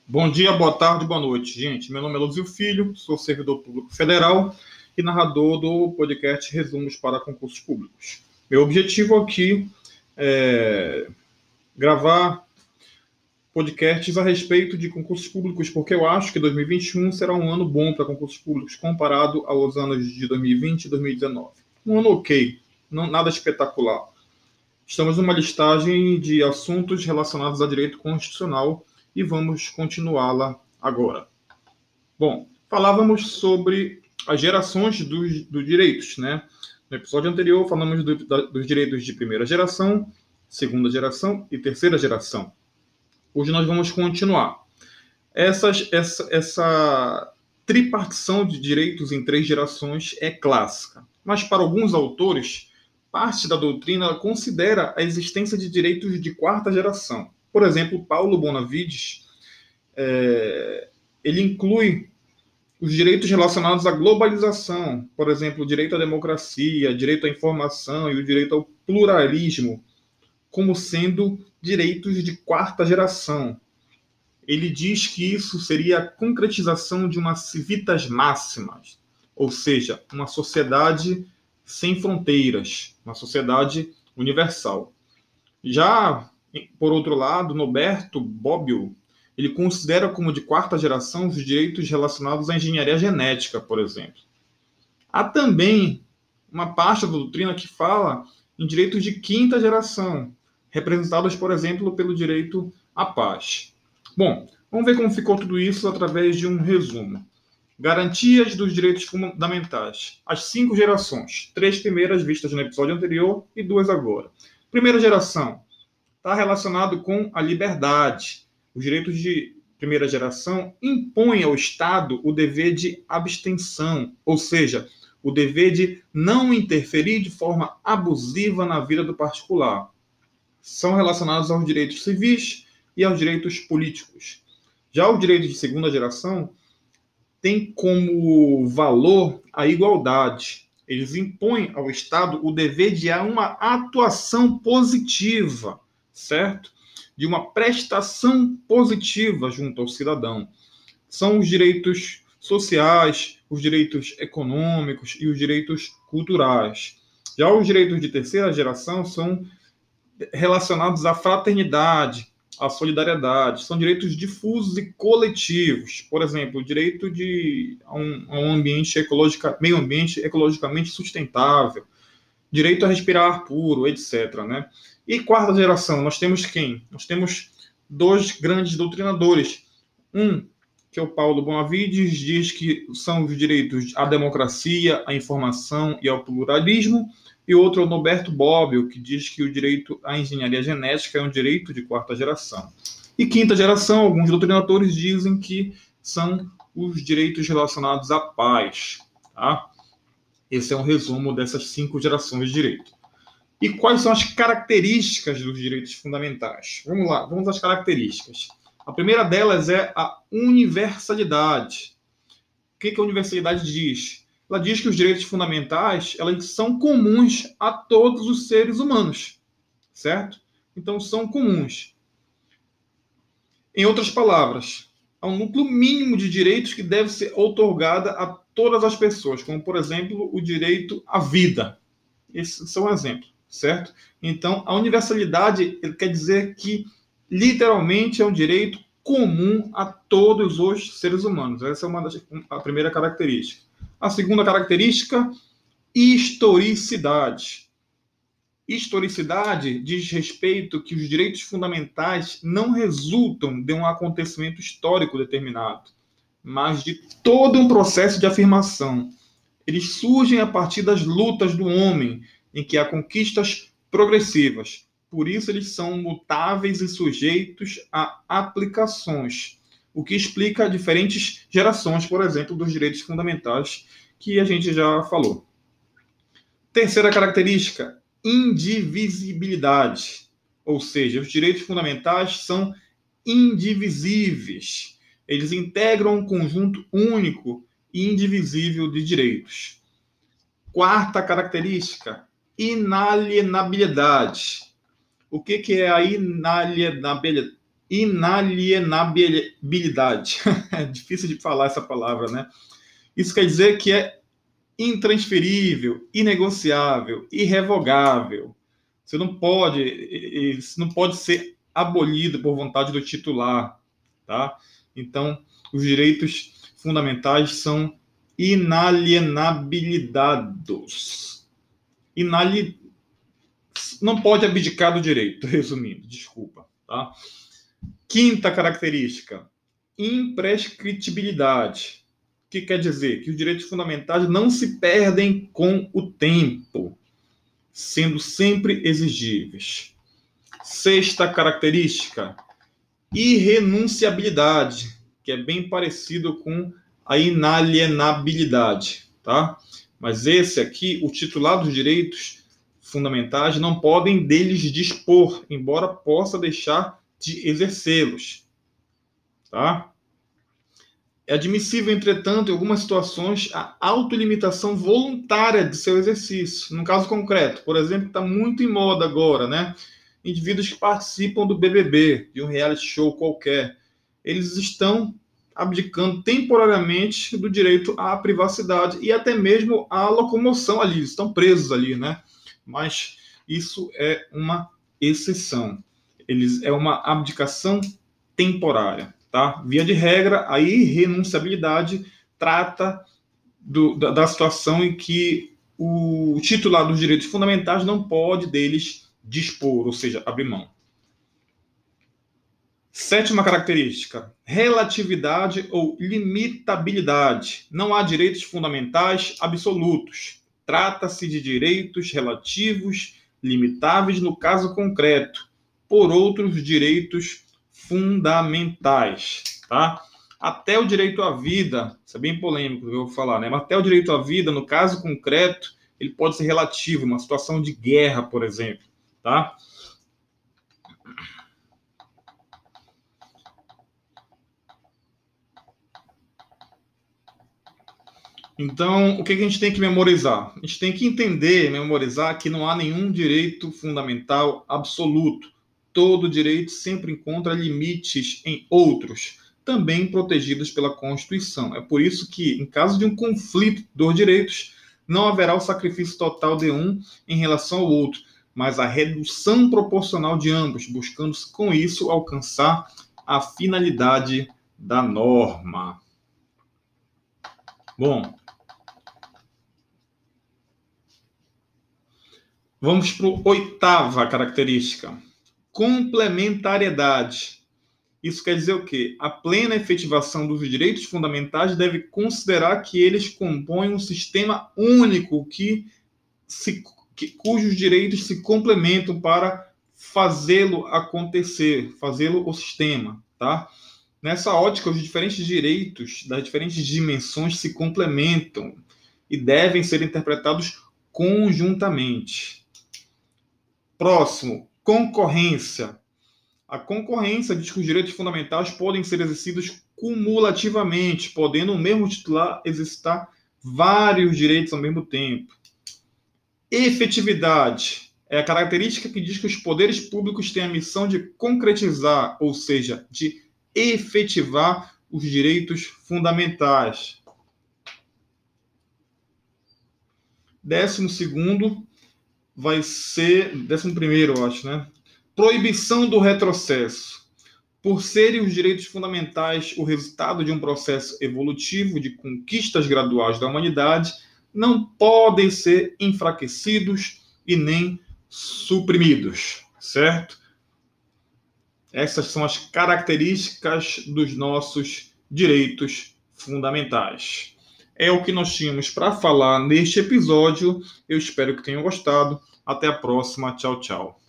Bom dia, boa tarde, boa noite, gente. Meu nome é Luzio Filho, sou servidor público federal e narrador do podcast Resumos para Concursos Públicos. Meu objetivo aqui é gravar podcasts a respeito de concursos públicos, porque eu acho que 2021 será um ano bom para concursos públicos comparado aos anos de 2020 e 2019. Um ano ok, não, nada espetacular. Estamos numa listagem de assuntos relacionados a direito constitucional e vamos continuá-la agora. Bom, falávamos sobre as gerações dos direitos, né? No episódio anterior falamos dos direitos de primeira geração, segunda geração e terceira geração. Hoje nós vamos continuar. Essa tripartição de direitos em três gerações é clássica, mas para alguns autores, parte da doutrina considera a existência de direitos de quarta geração. Por exemplo, Paulo Bonavides, ele inclui os direitos relacionados à globalização, por exemplo, o direito à democracia, direito à informação e o direito ao pluralismo, como sendo direitos de quarta geração. Ele diz que isso seria a concretização de uma civitas maximas, ou seja, uma sociedade sem fronteiras, uma sociedade universal. Já, por outro lado, Norberto Bobbio, ele considera como de quarta geração os direitos relacionados à engenharia genética, por exemplo. Há também uma parte da doutrina que fala em direitos de quinta geração, representados, por exemplo, pelo direito à paz. Bom, vamos ver como ficou tudo isso através de um resumo. Garantias dos direitos fundamentais. As 5 gerações. 3 primeiras vistas no episódio anterior e 2 agora. Primeira geração está relacionado com a liberdade. Os direitos de primeira geração impõem ao Estado o dever de abstenção, ou seja, o dever de não interferir de forma abusiva na vida do particular. São relacionados aos direitos civis e aos direitos políticos. Já os direitos de segunda geração têm como valor a igualdade. Eles impõem ao Estado o dever de uma atuação positiva, certo? De uma prestação positiva junto ao cidadão. São os direitos sociais, os direitos econômicos e os direitos culturais. Já os direitos de terceira geração são relacionados à fraternidade, à solidariedade. São direitos difusos e coletivos. Por exemplo, o direito a um ambiente meio ambiente ecologicamente sustentável, direito a respirar ar puro, etc. Né? E quarta geração, nós temos quem? Nós temos 2 grandes doutrinadores. Um, que é o Paulo Bonavides, diz que são os direitos à democracia, à informação e ao pluralismo, e outro é o Norberto Bobbio, que diz que o direito à engenharia genética é um direito de quarta geração. E quinta geração, alguns doutrinadores dizem que são os direitos relacionados à paz. Tá? Esse é um resumo dessas 5 gerações de direito. E quais são as características dos direitos fundamentais? Vamos lá, vamos às características. A primeira delas é a universalidade. O que a universalidade diz? Ela diz que os direitos fundamentais elas são comuns a todos os seres humanos, certo? Então, são comuns. Em outras palavras, há um núcleo mínimo de direitos que deve ser outorgada a todas as pessoas, como, por exemplo, o direito à vida. Esse é um exemplo, certo? Então, a universalidade ele quer dizer que literalmente é um direito comum a todos os seres humanos. Essa é a primeira característica. A segunda característica, historicidade. Historicidade diz respeito que os direitos fundamentais não resultam de um acontecimento histórico determinado, mas de todo um processo de afirmação. Eles surgem a partir das lutas do homem, em que há conquistas progressivas. Por isso, eles são mutáveis e sujeitos a aplicações, o que explica diferentes gerações, por exemplo, dos direitos fundamentais que a gente já falou. Terceira característica, indivisibilidade. Ou seja, os direitos fundamentais são indivisíveis. Eles integram um conjunto único e indivisível de direitos. Quarta característica, inalienabilidade. O que é a inalienabilidade? inalienabilidade. É difícil de falar essa palavra, né? Isso quer dizer que é intransferível, inegociável, irrevogável. Isso não pode ser abolido por vontade do titular, tá? Então, os direitos fundamentais são inalienabilizados. Não pode abdicar do direito, resumindo, desculpa, tá? Quinta característica, imprescritibilidade. O que quer dizer? Que os direitos fundamentais não se perdem com o tempo, sendo sempre exigíveis. Sexta característica, irrenunciabilidade, que é bem parecido com a inalienabilidade, tá? Mas esse aqui, o titular dos direitos fundamentais não podem deles dispor, embora possa deixar de exercê-los, tá? É admissível, entretanto, em algumas situações, a autolimitação voluntária de seu exercício. No caso concreto, por exemplo, que está muito em moda agora, né? Indivíduos que participam do BBB, de um reality show qualquer, eles estão abdicando temporariamente do direito à privacidade e até mesmo à locomoção ali, eles estão presos ali, né? Mas isso é uma exceção. É uma abdicação temporária, tá? Via de regra, a irrenunciabilidade trata da situação em que o titular dos direitos fundamentais não pode deles dispor, ou seja, abrir mão. Sétima característica, relatividade ou limitabilidade. Não há direitos fundamentais absolutos. Trata-se de direitos relativos, limitáveis no caso concreto, por outros direitos fundamentais, tá? Até o direito à vida, isso é bem polêmico que eu vou falar, né? Mas até o direito à vida, no caso concreto, ele pode ser relativo, uma situação de guerra, por exemplo, tá? Então, o que a gente tem que memorizar? A gente tem que entender, memorizar que não há nenhum direito fundamental absoluto. Todo direito sempre encontra limites em outros, também protegidos pela Constituição. É por isso que, em caso de um conflito dos direitos, não haverá o sacrifício total de um em relação ao outro, mas a redução proporcional de ambos, buscando com isso alcançar a finalidade da norma. Bom, vamos para a oitava característica, complementariedade. Isso quer dizer o quê? A plena efetivação dos direitos fundamentais deve considerar que eles compõem um sistema único cujos direitos se complementam para fazê-lo acontecer, fazê-lo o sistema, tá? Nessa ótica, os diferentes direitos das diferentes dimensões se complementam e devem ser interpretados conjuntamente. Próximo, concorrência. A concorrência diz que os direitos fundamentais podem ser exercidos cumulativamente, podendo o mesmo titular exercitar vários direitos ao mesmo tempo. Efetividade é a característica que diz que os poderes públicos têm a missão de concretizar, ou seja, de efetivar os direitos fundamentais. 12º vai ser 11º, eu acho, né? Proibição do retrocesso. Por serem os direitos fundamentais o resultado de um processo evolutivo de conquistas graduais da humanidade, não podem ser enfraquecidos e nem suprimidos, certo? Essas são as características dos nossos direitos fundamentais. É o que nós tínhamos para falar neste episódio. Eu espero que tenham gostado. Até a próxima. Tchau, tchau.